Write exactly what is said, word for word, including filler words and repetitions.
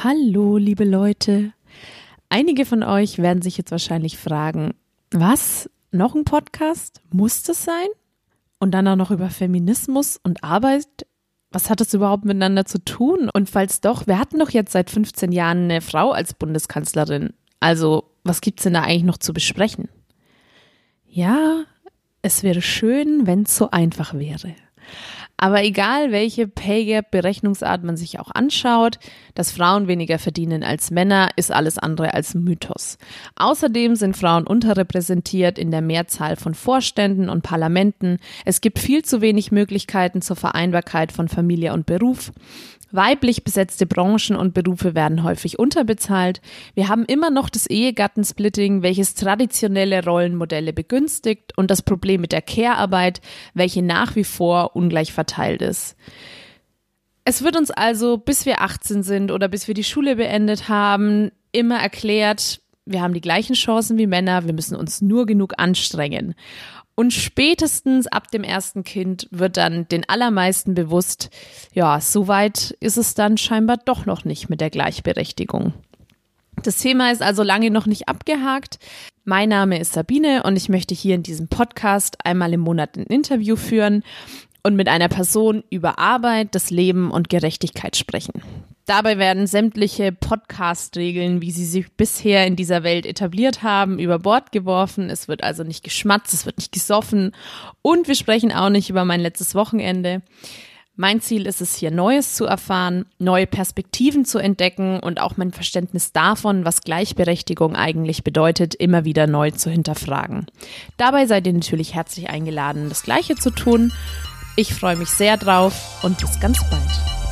Hallo, liebe Leute. Einige von euch werden sich jetzt wahrscheinlich fragen, was? Noch ein Podcast? Muss das sein? Und dann auch noch über Feminismus und Arbeit? Was hat das überhaupt miteinander zu tun? Und falls doch, wir hatten doch jetzt seit fünfzehn Jahren eine Frau als Bundeskanzlerin. Also, was gibt's denn da eigentlich noch zu besprechen? Ja, es wäre schön, wenn es so einfach wäre. Aber egal, welche Pay-Gap-Berechnungsart man sich auch anschaut, dass Frauen weniger verdienen als Männer, ist alles andere als Mythos. Außerdem sind Frauen unterrepräsentiert in der Mehrzahl von Vorständen und Parlamenten. Es gibt viel zu wenig Möglichkeiten zur Vereinbarkeit von Familie und Beruf. Weiblich besetzte Branchen und Berufe werden häufig unterbezahlt. Wir haben immer noch das Ehegattensplitting, welches traditionelle Rollenmodelle begünstigt, und das Problem mit der Care-Arbeit, welche nach wie vor ungleich verteilt ist. Es wird uns also, bis wir achtzehn sind oder bis wir die Schule beendet haben, immer erklärt, wir haben die gleichen Chancen wie Männer, wir müssen uns nur genug anstrengen. Und spätestens ab dem ersten Kind wird dann den allermeisten bewusst, ja, so weit ist es dann scheinbar doch noch nicht mit der Gleichberechtigung. Das Thema ist also lange noch nicht abgehakt. Mein Name ist Sabine und ich möchte hier in diesem Podcast einmal im Monat ein Interview führen und mit einer Person über Arbeit, das Leben und Gerechtigkeit sprechen. Dabei werden sämtliche Podcast-Regeln, wie sie sich bisher in dieser Welt etabliert haben, über Bord geworfen. Es wird also nicht geschmatzt, es wird nicht gesoffen und wir sprechen auch nicht über mein letztes Wochenende. Mein Ziel ist es, hier Neues zu erfahren, neue Perspektiven zu entdecken und auch mein Verständnis davon, was Gleichberechtigung eigentlich bedeutet, immer wieder neu zu hinterfragen. Dabei seid ihr natürlich herzlich eingeladen, das Gleiche zu tun. Ich freue mich sehr drauf und bis ganz bald.